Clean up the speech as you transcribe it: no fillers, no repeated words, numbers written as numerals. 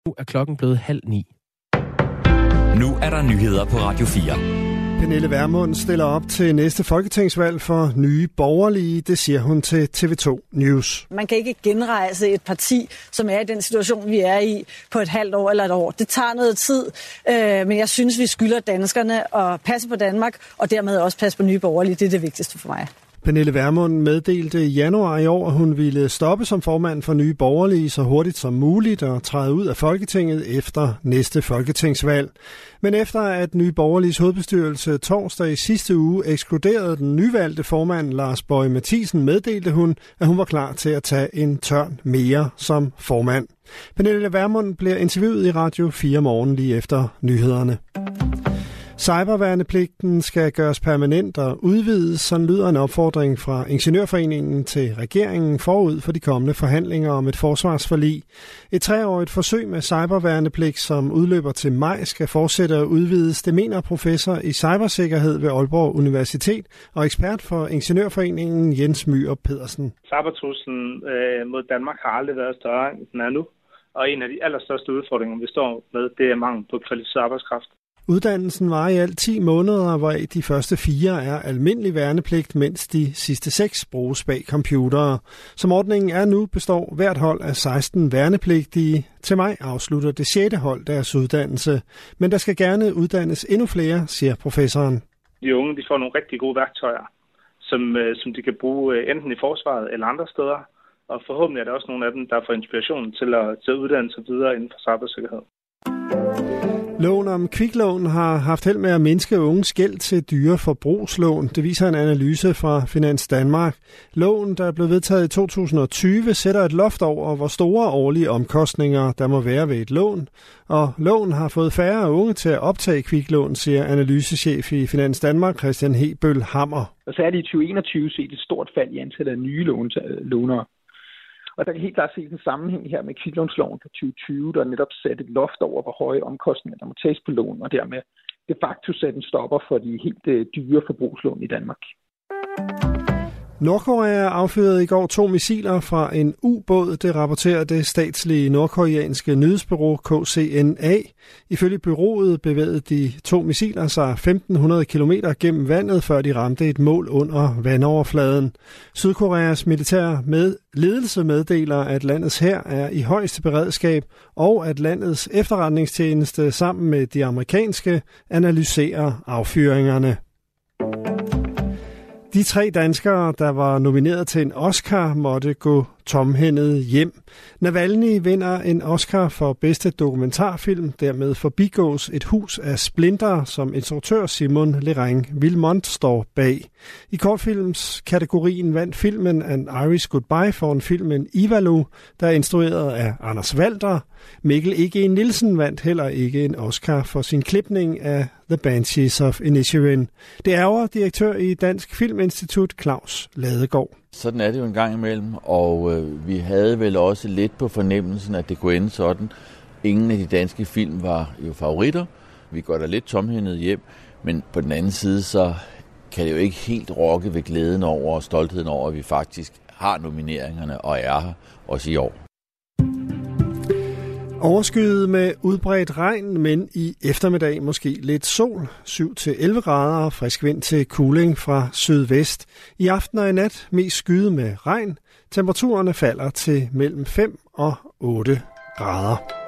Nu er klokken blevet 8:30. Nu er der nyheder på Radio 4. Pernille Vermund stiller op til næste folketingsvalg for Nye Borgerlige. Det siger hun til TV2 News. Man kan ikke genrejse et parti, som er i den situation, vi er i, på et halvt år eller et år. Det tager noget tid, men jeg synes, vi skylder danskerne at passe på Danmark, og dermed også passe på Nye Borgerlige. Det er det vigtigste for mig. Pernille Vermund meddelte i januar i år, at hun ville stoppe som formand for Nye Borgerlige så hurtigt som muligt og træde ud af Folketinget efter næste folketingsvalg. Men efter at Nye Borgerliges hovedbestyrelse torsdag i sidste uge ekskluderede den nyvalgte formand Lars Boje Mathiesen, meddelte hun, at hun var klar til at tage en tørn mere som formand. Pernille Vermund bliver interviewet i Radio 4 morgen lige efter nyhederne. Cyberværnepligten skal gøres permanent og udvides, sådan lyder en opfordring fra Ingeniørforeningen til regeringen forud for de kommende forhandlinger om et forsvarsforlig. Et 3-årigt forsøg med cyberværnepligt, som udløber til maj, skal fortsætte at udvides. Det mener professor i cybersikkerhed ved Aalborg Universitet og ekspert for Ingeniørforeningen Jens Myhr Pedersen. Cybertruslen mod Danmark har aldrig været større, end den er nu. Og en af de allerstørste udfordringer, vi står med, det er mangel på kvalificeret arbejdskraft. Uddannelsen varer i alt 10 måneder, hvor de første 4 er almindelig værnepligt, mens de sidste 6 bruges bag computere. Som ordningen er nu, består hvert hold af 16 værnepligtige. Til maj afslutter det 6. hold deres uddannelse. Men der skal gerne uddannes endnu flere, siger professoren. De unge de får nogle rigtig gode værktøjer, som de kan bruge enten i forsvaret eller andre steder. Og forhåbentlig er der også nogle af dem, der får inspiration til at uddanne sig videre inden for cybersikkerhed. Loven om kviklån har haft held med at mindske unges gæld til dyre forbrugslån. Det viser en analyse fra Finans Danmark. Loven, der blev vedtaget i 2020, sætter et loft over, hvor store årlige omkostninger der må være ved et lån. Og loven har fået færre unge til at optage kviklån, siger analysechef i Finans Danmark, Christian Hebøl Hammer. Og særligt i 2021 set et stort fald i antallet af nye lånere. Og der kan helt klart ses en sammenhæng her med kviklånsloven fra 2020, der netop satte et loft over, hvor høje omkostninger der må tages på lån, og dermed de facto sætte en stopper for de helt dyre forbrugslån i Danmark. Nordkorea affyrede i går 2 missiler fra en ubåd, det rapporterer det statslige nordkoreanske nyhedsbureau KCNA. Ifølge bureauet bevægede de 2 missiler sig 1.500 kilometer gennem vandet, før de ramte et mål under vandoverfladen. Sydkoreas militære ledelse meddeler, at landets hær er i højeste beredskab, og at landets efterretningstjeneste sammen med de amerikanske analyserer affyringerne. De 3 danskere, der var nomineret til en Oscar, måtte gå tomhændet hjem. Navalny vinder en Oscar for bedste dokumentarfilm. Dermed forbigås Et hus af splinter, som instruktør Simon Lereng Vilmont står bag. I kortfilmskategorien vandt filmen An Irish Goodbye foran filmen Ivalo, der er instrueret af Anders Walter. Mikkel E.G. Nielsen vandt heller ikke en Oscar for sin klipning af The Banshees of Inisherin. Det ærger direktør i Dansk Filminstitut Claus Ladegaard. Sådan er det jo en gang imellem, og vi havde vel også lidt på fornemmelsen, at det kunne ende sådan. Ingen af de danske film var jo favoritter. Vi går da lidt tomhændet hjem, men på den anden side, så kan det jo ikke helt rokke ved glæden over og stoltheden over, at vi faktisk har nomineringerne og er her også i år. Overskyet med udbredt regn, men i eftermiddag måske lidt sol, 7-11 grader og frisk vind til kuling fra sydvest. I aften og i nat mest skyet med regn. Temperaturerne falder til mellem 5 og 8 grader.